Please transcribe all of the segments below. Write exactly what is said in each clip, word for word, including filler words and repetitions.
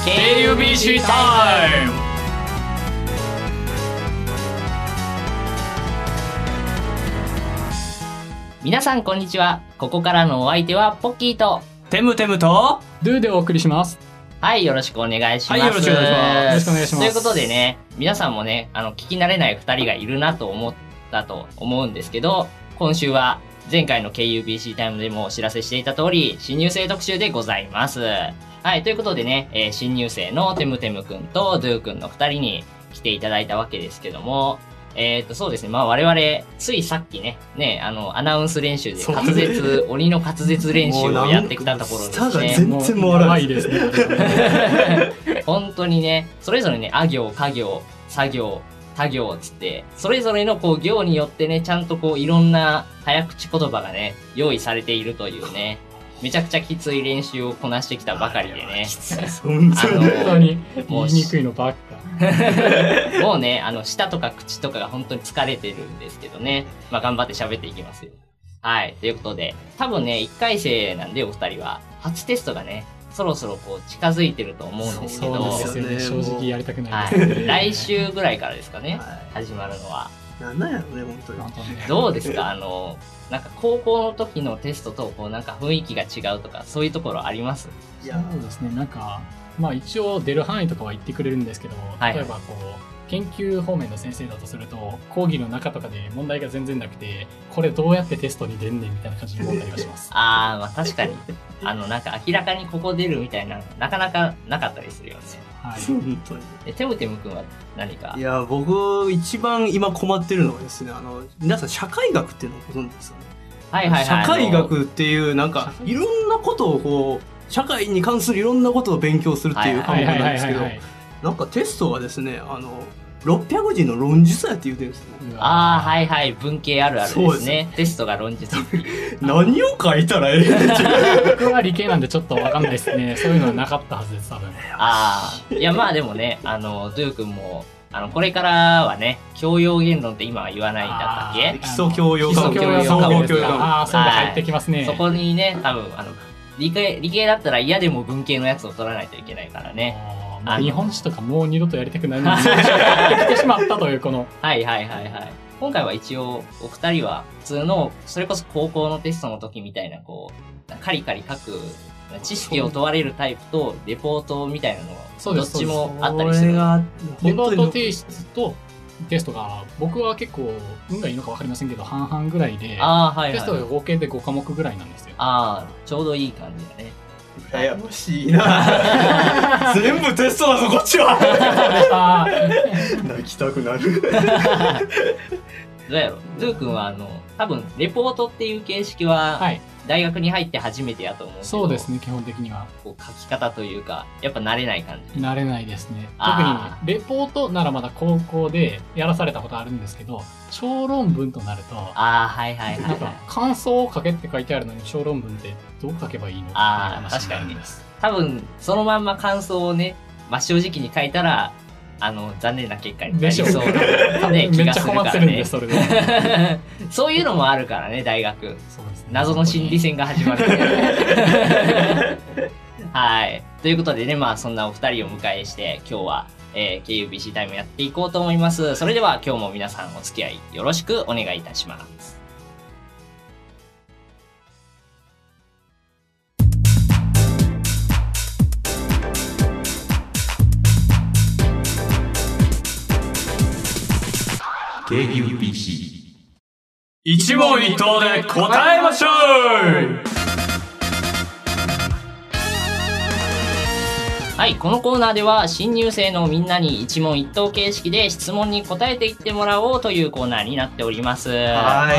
ケーユービーシー タイム。皆さんこんにちは。ここからのお相手はポッキーとテムテムとドゥでお送りします。 はい、よろしくお願いします。 はい、よろしくお願いします。 よろしくお願いします。 ということでね、皆さんもね、あの、聞き慣れない二人がいるなと思ったと思うんですけど、今週は前回の ケーユービーシー タイムでもお知らせしていた通り、新入生特集でございます。はい、ということでね、えー、新入生のテムテムくんとドゥくんの二人に来ていただいたわけですけども、えっと、そうですね。まあ我々、ついさっきね、ね、あの、アナウンス練習で滑舌、鬼の滑舌練習をやってきたところですね。 全然回らないですね。 本当にね、それぞれね、あ行、か行、さ行、た行つって、それぞれのこう行によってね、ちゃんとこういろんな早口言葉がね、用意されているというね、めちゃくちゃきつい練習をこなしてきたばかりでね。 本当に言いにくいのばっか。 もうね、あの、舌とか口とかが本当に疲れてるんですけどね。まあ、頑張って喋っていきますよ。はい。ということで、多分ね、いっかい生なんでお二人は、初テストがね、そろそろこう近づいてると思うんですけど。 そうですよね。正直やりたくないですね。 はい。来週ぐらいからですかね。はい、始まるのは。 なんなんやろね、本当に。 どうですかあの、なんか高校の時のテストと、こうなんか雰囲気が違うとか、そういうところあります？ いや、そうですね。なんか、まあ一応出る範囲とかは言ってくれるんですけど、例えばこう、研究方面の先生だとすると、講義の中とかで問題が全然なくて、これどうやってテストに出んねんみたいな感じに思ったりはします。 ああ、まあ確かに。あの、なんか明らかにここ出るみたいな、なかなかなかったりするよね。 はい。 本当に。 え、テムテムくんは何か？ いや、僕、一番今困ってるのはですね、あの、皆さん社会学っていうのをご存知ですかね。 はいはいはい。 社会学っていう、なんか、いろんなことをこう、社会に関するいろんなことを勉強するっていう科目なんですけど、なんかテストはですね、あの、ろっぴゃくじの論述やって言うてるんですよ。 ああ、はいはい。文系あるあるですね。テストが論述っていう。 何を書いたらええ僕は理系なんでちょっとわかんないですね。そういうのはなかったはずです、多分。 ああ。いや、まあでもね、あの、ドゥー君も、あの、これからはね、教養言論って今は言わないんだったっけ？ 基礎教養基礎教養総合教養ああ、そうだ、入ってきますね。 そこにね、多分、あの、理系、理系だったら嫌でも文系のやつを取らないといけないからね。 まあ、日本史とかもう二度とやりたくないのに、やってきてしまったというこの。 はいはいはいはい。今回は一応、お二人は普通の、それこそ高校のテストの時みたいな、こう、カリカリ書く、知識を問われるタイプと、レポートみたいなのが、どっちもあったりする。 レポート提出とテストが、僕は結構、運がいいのか分かりませんけど、半々ぐらいで、 あ、はいはい、 テストが合計でご科目ぐらいなんですよ。 ああ、ちょうどいい感じだね。 羨ましいな全部テストだぞこっちは泣きたくなるどうやろうドゥー君はあの多分レポートっていう形式は、はい、大学に入って初めてやと思うけど、 そうですね、基本的にはこう書き方というかやっぱ慣れない感じ。 慣れないですね。特にレポートならまだ高校でやらされたことあるんですけど、小論文となると、 ああ、はいはいはい、はい、 なんか感想を書けって書いてあるのに小論文ってどう書けばいいのっていう話になるんです。 多分そのまんま感想をね、まあ、正直に書いたらあの残念な結果になりそうな、ね、気がするからね。それでそういうのもあるからね、大学。そうですね、謎の心理戦が始まるはい、ということでね、まあそんなお二人をお迎えして今日は、えー、ケーユービーシー タイムやっていこうと思います。それでは今日も皆さんお付き合いよろしくお願いいたします。 ケーユービーシー一問一答で答えましょう。 はい、このコーナーでは新入生のみんなに一問一答形式で質問に答えていってもらおうというコーナーになっております。 はい、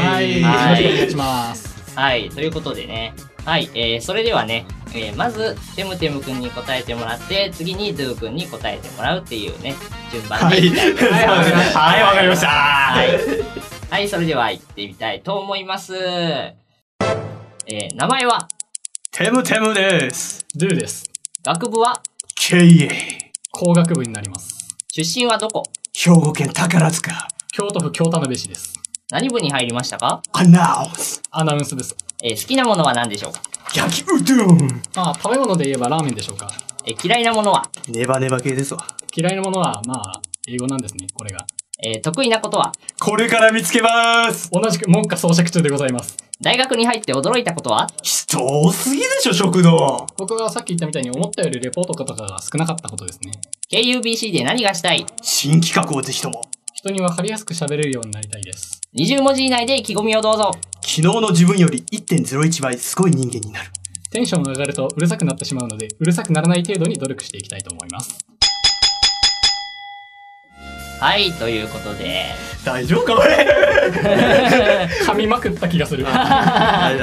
はい、お願いします。 はい、ということでね、はい、えー、それではね、えー、まずテムテムくんに答えてもらって次にドゥーくんに答えてもらうっていうね順番でいきたいと思います。 はい、わかりました。 はい、はい、それでは行ってみたいと思います。えー、名前はテムテムです。 ドゥです。 学部は経営工学部になります。 出身はどこ？ 兵庫県宝塚。 京都府京田辺市です。 何部に入りましたか？ アナウンス。 アナウンスです。 えー、好きなものは何でしょうか？ 焼きうどん。 あ、食べ物で言えばラーメンでしょうか？ え嫌いなものは？ ネバネバ系ですわ。 嫌いなものは、まあ、英語なんですね、これが。 えー、得意なことは？ これから見つけまーす。 同じく文科装飾中でございます。 大学に入って驚いたことは？ 人多すぎでしょ、食堂。 僕はさっき言ったみたいに思ったよりレポートとかが少なかったことですね。 ケーユービーシー で何がしたい？ 新企画をぜひとも。 人に分かりやすく喋れるようになりたいです。 にじゅうもじ以内で意気込みをどうぞ。 昨日の自分より いってんゼロいち 倍すごい人間になる。 テンションが上がるとうるさくなってしまうので、うるさくならない程度に努力していきたいと思います。 はい、ということで。 大丈夫かこれ噛みまくった気がする。 はい。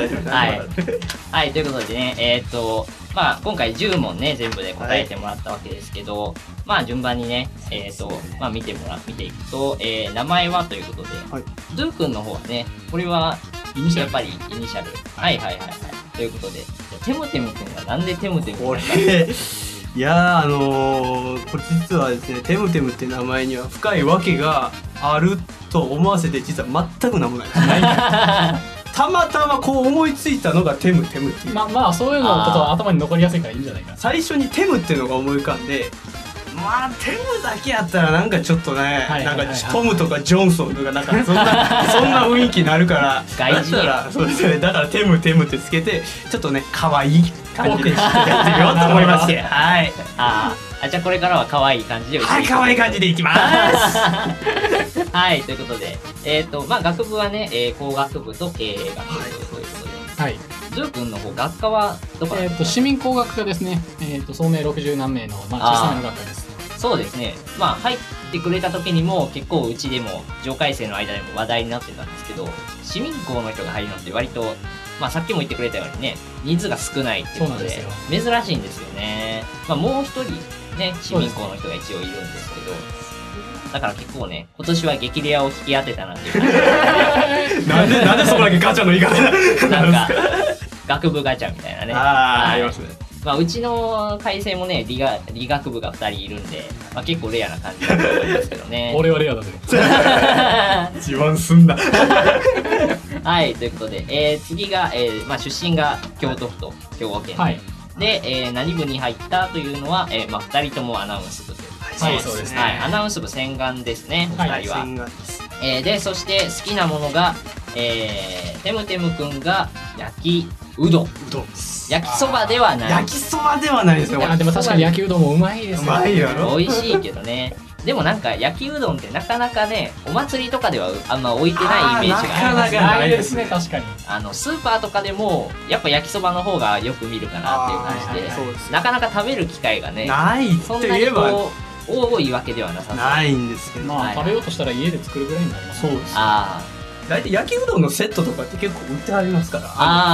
はい、ということでね、えー、っと、まあ、今回じゅう問ね、全部で答えてもらったわけですけど、はい、まあ、順番にね、えー、っと、まあ、見てもら、見ていくと、えー、名前はということで、はい、ドゥー君の方はね、これは、やっぱりイニシャル。はいはいはいはい。ということで、テムテム君がなんでテムテム君なんですか？ いやー、あのー、これ実はですね、テムテムって名前には深いわけがあると思わせて、実は全くなんもないですね。たまたまこう思いついたのがテムテムっていう。 まあまあ、そういうのことは頭に残りやすいからいいんじゃないかな。 最初にテムっていうのが思い浮かんで、まあテムだけやったらなんかちょっとね、なんかトムとかジョンソンとかなんかそんなそんな雰囲気になるから外人やそうですね、だからテムテムってつけてちょっとね可愛い感じでやってみようと思いまして、はい。 ああ、じゃあこれからは可愛い感じではい、可愛い感じでいきます。 はい、ということで、えっとまあ学部はね、えー、工学部と経営学部ということで、はい。ズー君の方学科はどこ？ えっと市民工学科ですね。えっと総名ろくじゅう何名のまあ小さな学科です。 そうですね。まあ入ってくれた時にも結構うちでも上階生の間でも話題になってたんですけど、市民校の人が入るのって割と、まあさっきも言ってくれたようにね、人数が少ないっていうことで珍しいんですよね。まあもう一人ね、市民校の人が一応いるんですけど、だから結構ね、今年は激レアを引き当てたなっていう感じ。 なんで、なんでそこだけガチャの言い方なんか、学部ガチャみたいなね。 ああ、ありますね。 まあ、うちの会社もね、理学、理学部がふたりいるんで、まあ、結構レアな感じだと思いますけどね。 俺はレアだぜ。 一番すんだ。 はい、ということで、えー、次が、えーまあ、出身が京都府と兵庫県で、はい、で、えー、何部に入ったというのは、えーまあ、ふたりともアナウンス部ということで、 はい、そうですね。 はい、アナウンス部洗顔ですね、ふたりは。 洗顔です。 えー、で、そして好きなものが、えー、テムテムくんが焼きうどん。うどんです。焼きそばではない。 焼きそばではないですよ。 いやでも確かに焼きうどんもうまいですよ。うまいやろ。 美味しいけどね。でもなんか焼きうどんってなかなかね、お祭りとかではあんま置いてないイメージがありますね。 なかなかないですね、確かに。 あのスーパーとかでもやっぱ焼きそばの方がよく見るかなっていう感じで、そうです。なかなか食べる機会がね、 ないって言えば多いわけではなさそう。 ないんですけど、 まあ食べようとしたら家で作るぐらいになります。 そうです。 ああ。 大体焼きうどんのセットとかって結構売ってありますから、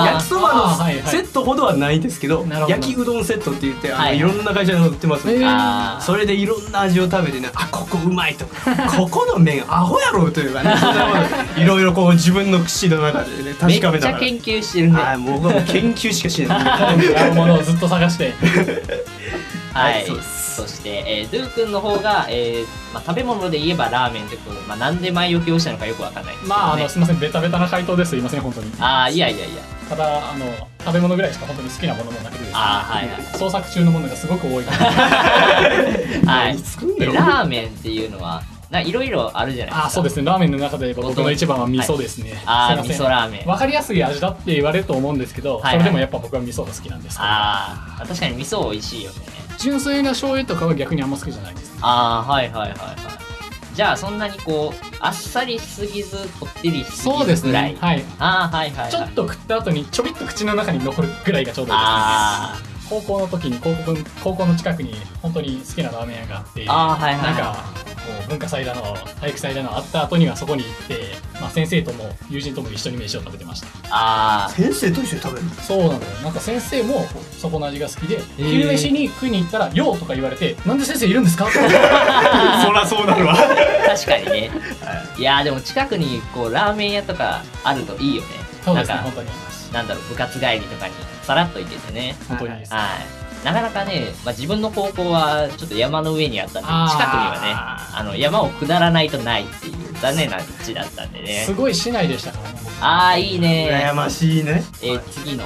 焼きそばのセットほどはないんですけど、焼きうどんセットって言ってあのいろんな会社で売ってますので、それでいろんな味を食べてね、あ、ここうまいとか、ここの麺アホやろというかね、そんなものいろいろこう自分の口の中でね確かめながら。 めっちゃ研究してるね。 はい、もう僕はもう研究しかしてない。 あるものをずっと探して。 はい、そして、えー、ドゥー君の方が、えーまあ、食べ物で言えばラーメンということで、まあ、なんで前置きをしたのかよくわかんないですけど、ね、 まあ、あのすみません、ベタベタな回答ですいません、本当に。 ああ、いやいやいや。 ただあの食べ物ぐらいしか本当に好きなものもなくてですね、 あー、はいはい、 創作中のものがすごく多いから、 はい、ラーメンっていうのはいろいろあるじゃないですか。 あ、そうですね。ラーメンの中で僕の一番は味噌ですね。 はい、ああ、味噌ラーメン。 わかりやすい味だって言われると思うんですけど、はいはい、それでもやっぱ僕は味噌が好きなんですけど。 ああ、確かに味噌美味しいよね。 純粋な醤油とかは逆にあんま好きじゃないです、ね。 ああ、はいはいはいはい。じゃあそんなにこうあっさりしすぎずこってりしすぎずぐらい。そうですね。はい。ああ、はいはいはい。 ちょっと食った後にちょびっと口の中に残るぐらいがちょうどいいですね。ああ。高校の時に高校高校の近くに本当に好きなラーメン屋があって、 あ、はいはいはい、 なんかこう文化祭だの体育祭だのあった後にはそこに行って、まあ、先生とも友人とも一緒に飯を食べてました。 ああ、先生と一緒に食べるの？ そうなんだよ。なんか先生もそこの味が好きで、昼飯に食いに行ったら「よう」とか言われて「なんで先生いるんですか？」そらそうなるわ。 確かにね。いやーでも近くにこうラーメン屋とかあるといいよね。 そうですね、本当に。 なんだろう、部活帰りとかにさらっと行けてね。 本当にです。 はい。なかなかね、まあ、自分の高校はちょっと山の上にあったんで、近くにはね、あの山を下らないとないっていう残念な地だったんでね。 すごい市内でしたからね。 ああ、いいね。 羨ましいね。 えー、次の質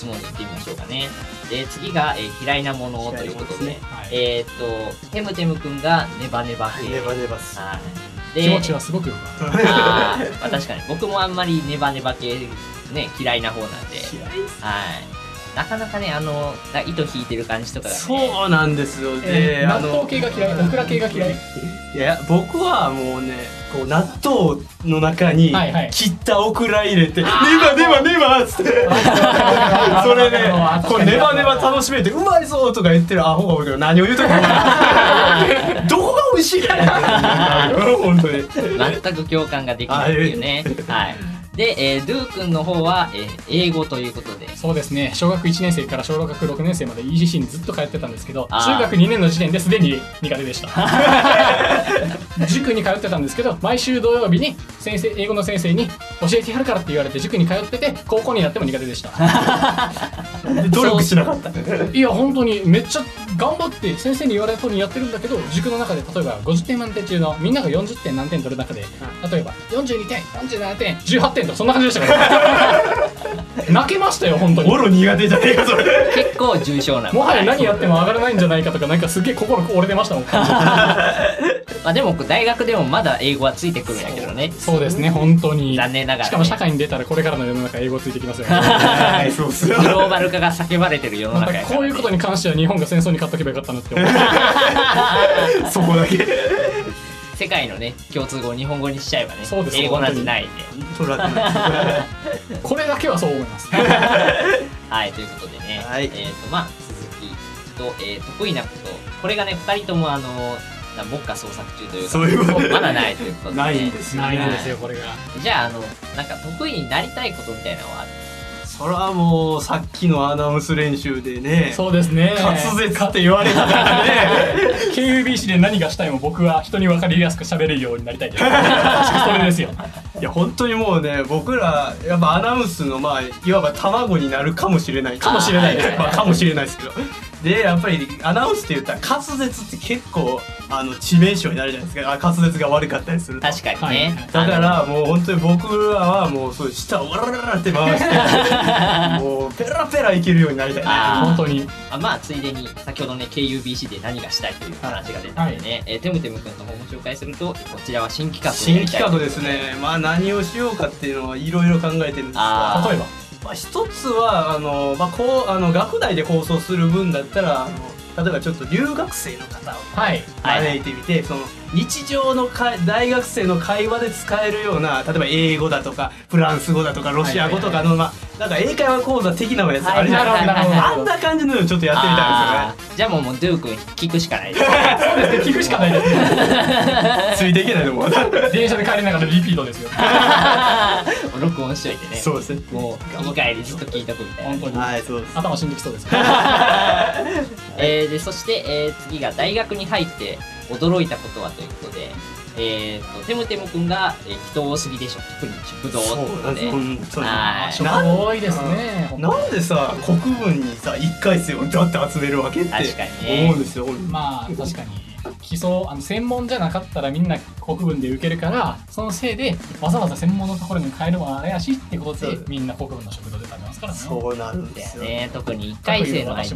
質問に行ってみましょうかね。で、次が、えー嫌いなものということで、 はいえーっと、テムテムくんがネバネバ系。 ネバネバっす。 はい。で気持ちはすごくよくわかる。 あーまあ、確かに僕もあんまりネバネバ系ね嫌いな方なんで、 嫌いっす。 はいなかなかねあのな糸引いてる感じとかがねそうなんですよ。 えー、 で、あ納豆の、 系が嫌い、オクラ系が嫌い。 いや、僕はもうね、こう納豆の中にはいはい切ったオクラ入れて、ネバネバネバっつって、それね、こうネバネバ楽しめて、うまいぞとか言ってるアホが多いけど、何を言うとるか分からん。どこが美味しいかね本当に。 全く共感ができないっていうねはいで、えー、ドゥー君の方は、えー英語ということでそうですね、小学いちねん生から小学ろくねん生まで イージーシー にずっと通ってたんですけど、 あー中学にねんの時点ですでに苦手でした塾に通ってたんですけど、毎週土曜日に先生英語の先生に教えてやるからって言われて塾に通ってて、高校になっても苦手でした努力しなかった。 いや本当にめっちゃ頑張って先生に言われた通りにやってるんだけど、塾の中で例えばごじゅってん満点中のみんながよんじゅってん何点取る中で、例えばよんじゅうにてんよんじゅうななてんじゅうはってんとかそんな感じでしたから泣けましたよ本当に。 ボロ苦手じゃねえかそれ。 結構重症なもはや何やっても上がらないんじゃないかとか、なんかすげえ心折れてましたもんまあでも大学でもまだ英語はついてくるんやけどねそうですね本当に残念ながらねしかも社会に出たらこれからの世の中英語ついてきますよねはい、そうっすよ。 グローバル化が叫ばれてる世のなんか中やから、ね、 こういうことに関しては日本が戦争に勝っとけばよかったなって思うそこだけ。 世界のね共通語を日本語にしちゃえばねそうです英語なんてないんでトラック。 これだけはそう思いますはいということでね、 はいえっ、とまあ続きと、えー得意なことこれがねふたりともあのな目下創作中というかそういうことまだないということで、ね、 ないんですよね。 ないんですよこれが。 じゃああのなんか得意になりたいことみたいなのはあるそれはもうさっきのアナウンス練習でね、 そうですね滑舌って言われたからね。 ケーユービーシー で何がしたいも僕は人に分かりやすく喋れるようになりたいです確かそれですよ。 いや本当にもうね、僕らやっぱアナウンスのまあいわば卵になるかもしれないかもしれないですまあかもしれないですけど、でやっぱりアナウンスって言ったら滑舌って結構あの致命傷になるじゃないですか。あ滑舌が悪かったりすると。 確かにね、 だからもう本当に僕らはもうそう舌をワラララって回してもうペラペラいけるようになりたいね。 あー本当にあまあついでに先ほどね ケーユービーシー で何がしたいという話が出たのでね、えーテムテムくんの方も紹介するとこちらは新企画をや新りたい企画ですね。まあ何をしようかっていうのはいろいろ考えてるんですが、 あー例えばまあ、一つはあの、まあ、こうあの学内で放送する分だったらあの例えばちょっと留学生の方をはい招いてみて、その日常のか大学生の会話で使えるような例えば英語だとかフランス語だとかロシア語とかの、まあ、なんか英会話講座的なやつあるじゃないですか、 はいはいはいはいあんな感じのをちょっとやってみたあーじゃあもうもうドゥー君聞くしかないです聞くしかないですいですついていけないのもまだ電車で帰りながらリピートですよ録音しといてねそうですね。 もう行き帰りずっと聞いとくみたいな本当にはい、そうです。 頭死んできそうですえー、でそして、えー次が大学に入って驚いたことはということで、えー、とテムテムくんが、えー人多すぎでしょ特に食堂そうってことで本当にはい食多いですね本当になんでさ国分にさいっかい生をだって集めるわけって確かにね思うんですよ。 まあ確かに基礎あの専門じゃなかったらみんな国文で受けるから、そのせいでわざわざ専門のところに変えるのはあれやしってことでみんな国文の食堂で食べますからね。 そうなるんですよ。 ね特にいっかい生の間私も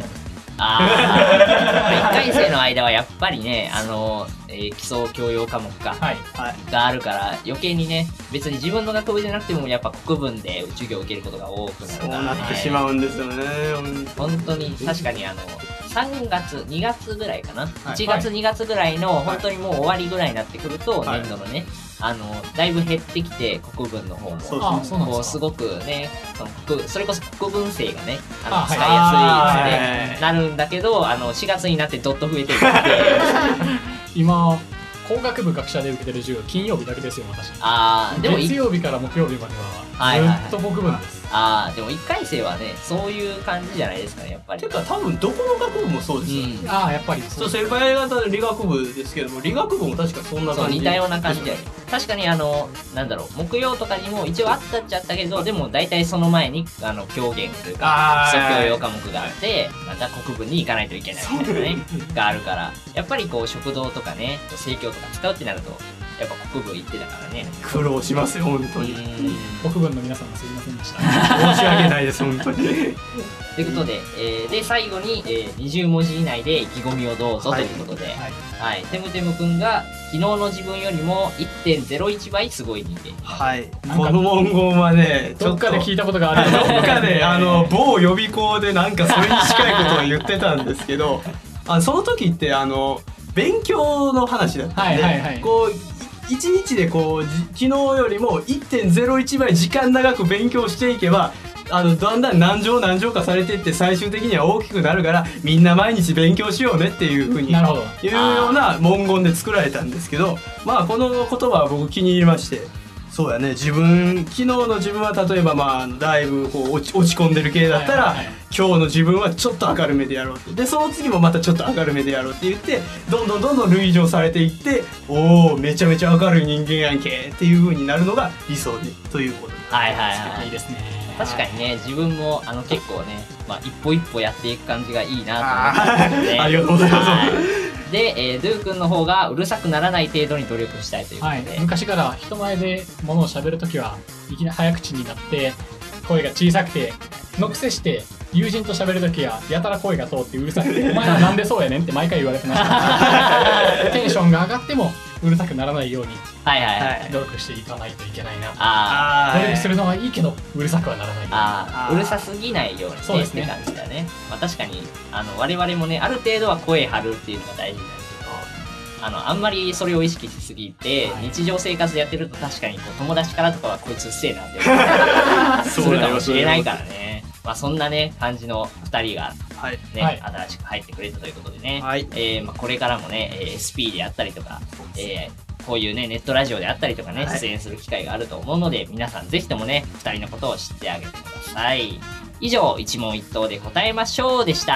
あーいっかい生の間はやっぱりねあの、えー基礎教養科目か、 はいはい。 があるから余計にね別に自分の学部じゃなくてもやっぱ国文で授業を受けることが多くなるそうから、ね、 なってしまうんですよね。 本当に確かにあのさんがつにがつぐらいかな、 はいいちがつにがつぐらいの本当にもう終わりぐらいになってくると、 はい年度のねあのだいぶ減ってきて国文の方もそうあそうなんですかこうすごくねその国それこそ国文生がねあのあはい使いやすいっはいつってなるんだけどあのしがつになってどっと増えていって今工学部学者で受けてる授業金曜日だけですよ私。 あーでもい月曜日から木曜日まではいはいはいはずっと国文です。 あーでもいっかい生はねそういう感じじゃないですかねやっぱりてか多分どこの学部もそうですよね。 うんああやっぱりそそうう先輩方理学部ですけども理学部も確かそんな感じ。 そう似たような感じで確かにあのなんだろう木曜とかにも一応あったっちゃったけどでも大体その前にあの教言というかあー基礎教養科目があってまた国文に行かないといけないみたいなねがあるからやっぱりこう食堂とかね生協とか使うってなるとやっぱ国分行ってたからね。 苦労しますよ本当に。 国分の皆さんもすいませんでした。 申し訳ないです本当に。 ということで、えー、で最後に、えー、にじゅうもじ以内で意気込みをどうぞということで、はいはい、テムテムくんが昨日の自分よりも いってんゼロいち 倍すごい人間。 はい。この文言はね、 どっかで聞いたことがある。 どっかであの某予備校でなんかそれに近いことを言ってたんですけど、あその時ってあの勉強の話だったんで、はいはいはい、こういちにちでこう昨日よりも いってんゼロいち 倍時間長く勉強していけば。あのだんだん何乗何乗かされていって最終的には大きくなるからみんな毎日勉強しようねっていうふうにいうような文言で作られたんですけど、まあこの言葉は僕気に入りまして、そうやね、自分昨日の自分は例えばまあだいぶこう落ち、落ち込んでる系だったら、はいはいはい、今日の自分はちょっと明るめでやろうって、でその次もまたちょっと明るめでやろうって言ってどんどんどんどん類乗されていって、おおめちゃめちゃ明るい人間やんけっていうふうになるのが理想でということです。 はいはいはい、 いいですね。 確かにね、自分もあの結構ね、まあ、一歩一歩やっていく感じがいいなと思ってので、 ありがとうございます。はい、 で、えー、ドゥー君の方がうるさくならない程度に努力したいということで、 はい、昔から人前で物を喋るときはいきなり早口になって声が小さくてのくせして友人と喋るときはやたら声が通ってうるさくてお前はなんでそうやねんって毎回言われてましたテンションが上がってもうるさくならないように努力していかないといけないな。あ努力するのはいいけどうるさくはならないように。 あうるさすぎないように、ね、そうですねって感じだね。まあ、確かにあの我々もねある程度は声張るっていうのが大事なんですけど、あのあんまりそれを意識しすぎて、はい、日常生活でやってると確かにこう友達からとかはこいつうっせえなってするかもしれないからね。まあ、そんなね感じのふたりがね、はい、新しく入ってくれたということでね、はい、えー、まあ、これからもね エスピー であったりとか、えー、こういうねネットラジオであったりとかね、はい、出演する機会があると思うので皆さんぜひともねふたりのことを知ってあげてください。以上一問一答で答えましょうでした。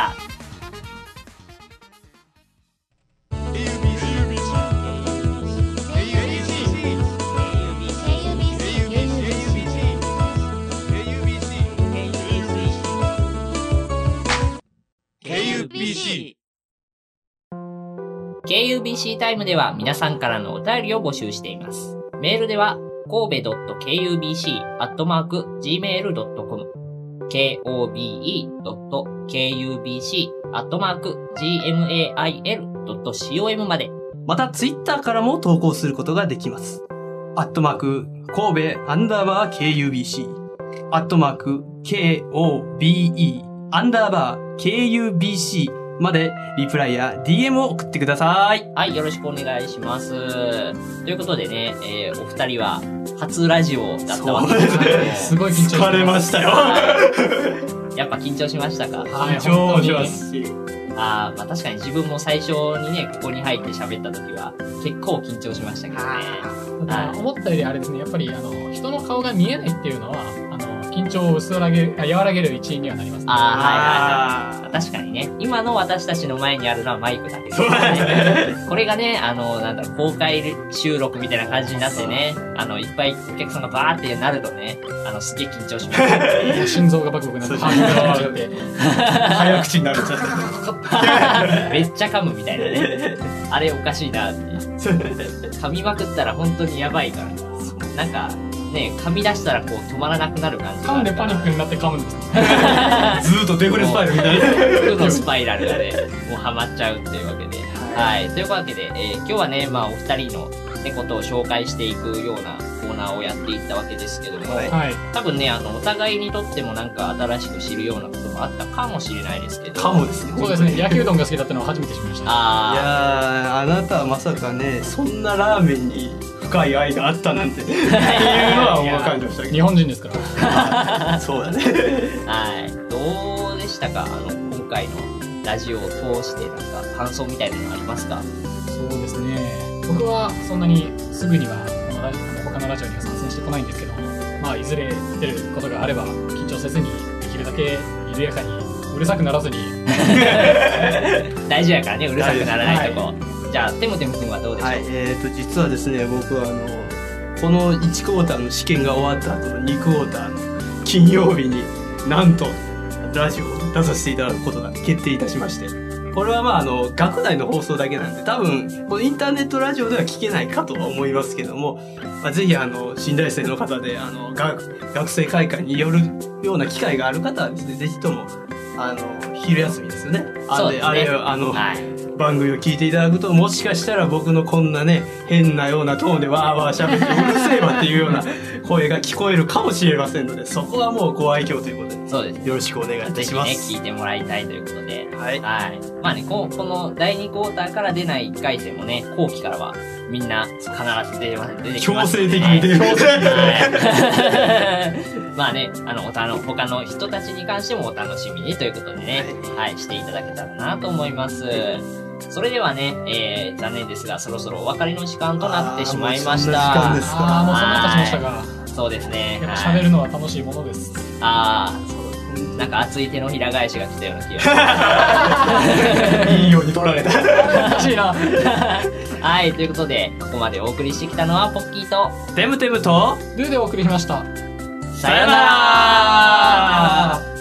ケーユービーシー タイムでは皆さんからのお便りを募集しています。メールでは神戸 ケーユービーシー アットマーク ジーメール ドットコム ケーオービーイー ドット ケーユービーシー アットマーク ジーエムエーアイエル ドット コム まで。 またツイッターからも投稿することができます。アットマーク神戸アンダーバー ケーユービーシー アットマーク ケーオービーイー アンダーバー ケーユービーシーまでリプライや ディーエム を送ってください。 はい、よろしくお願いします。ということでね、えー、お二人は初ラジオだったわけですけどすごい緊張し疲れましたよ。 やっぱ緊張しましたか？ 緊張しますし、 あまあ確かに自分も最初にねここに入って喋った時は結構緊張しましたけどね。 あ思ったよりあれですね、やっぱりあの人の顔が見えないっていうのはあの緊張を薄らげる、和らげる一因にはなりますね。 ああ、はいはいはい。確かにね、今の私たちの前にあるのはマイクだけど、ね、これがね、あの、なんだろう、公開収録みたいな感じになってね、あの、いっぱいお客さんがバーってなるとね、あの、すげえ緊張します、ね。 心臓がバクバクなって、 早口になるちゃった。めっちゃ噛むみたいなね。あれおかしいなって。噛みまくったら本当にやばいから。なんか、ね、噛み出したらこう止まらなくなる感じが噛んでパニックになって噛むんですね。 ずーっとデフレスパイラルみたいな負のスパイラルがねもうハマっちゃうっていうわけで、はい、はい、というわけで、えー、今日はね、まあ、お二人の、ね、ことを紹介していくようなコーナーをやっていったわけですけども、はい、多分ねあのお互いにとってもなんか新しく知るようなこともあったかもしれないですけど、 かもですね。 そうですね、焼きうどんが好きだったのは初めて知りました。 あいやあなたはまさかねそんなラーメンに深い愛があったなんてっていうのは思い感じましたけど、 日本人ですからそうだね。 はい、どうでしたか、あの今回のラジオを通してなんか感想みたいなのありますか？ そうですね、僕はそんなにすぐにはこのラジオ他のラジオには参戦してこないんですけど、まあいずれ出ることがあれば緊張せずにできるだけ緩やかにうるさくならずに大事やからね、うるさくならないとこ、はい、じゃあテムテム君はどうでしょう？はい、 えーと実はですね、僕はあのこのいちクォーターの試験が終わった後のにクォーターの金曜日になんとラジオを出させていただくことが決定いたしまして、 これはまああの学内の放送だけなんで多分このインターネットラジオでは聞けないかとは思いますけども、まあ、ぜひあの新大生の方であの 学, 学生会館に寄るような機会がある方はですね、ぜひともあの昼休みですよね。 そうですね。 あれあの、 はい、 番組を聞いていただくと、もしかしたら僕のこんなね変なようなトーンでわーわー喋ってうるせえわっていうような声が聞こえるかもしれませんので、そこはもうご愛嬌ということで、 そうです。 よろしくお願いいたします。 ぜひね聞いてもらいたいということで、 はい、はい、 まあね、ここのだいにクォーターから出ないいっかい戦もね、後期からはみんな必ず出てます出てきます、ね、 強制的に出る、 はい、まあね、あのおたの他の人たちに関してもお楽しみにということでね、はい、はい、していただけたらなと思います。それではね、えー、残念ですがそろそろお別れの時間となってしまいました。 あー、もうそんな時間ですか。 あー、もうそんな経ちましたが、 そうですね。 やっぱ喋るのは楽しいものです。 ああ、なんか熱い手のひら返しが来たような気がします。 いいように取られた。 難しいな。 はい、ということでここまでお送りしてきたのはポッキーとテムテムとルーでお送りしました。 さよなら。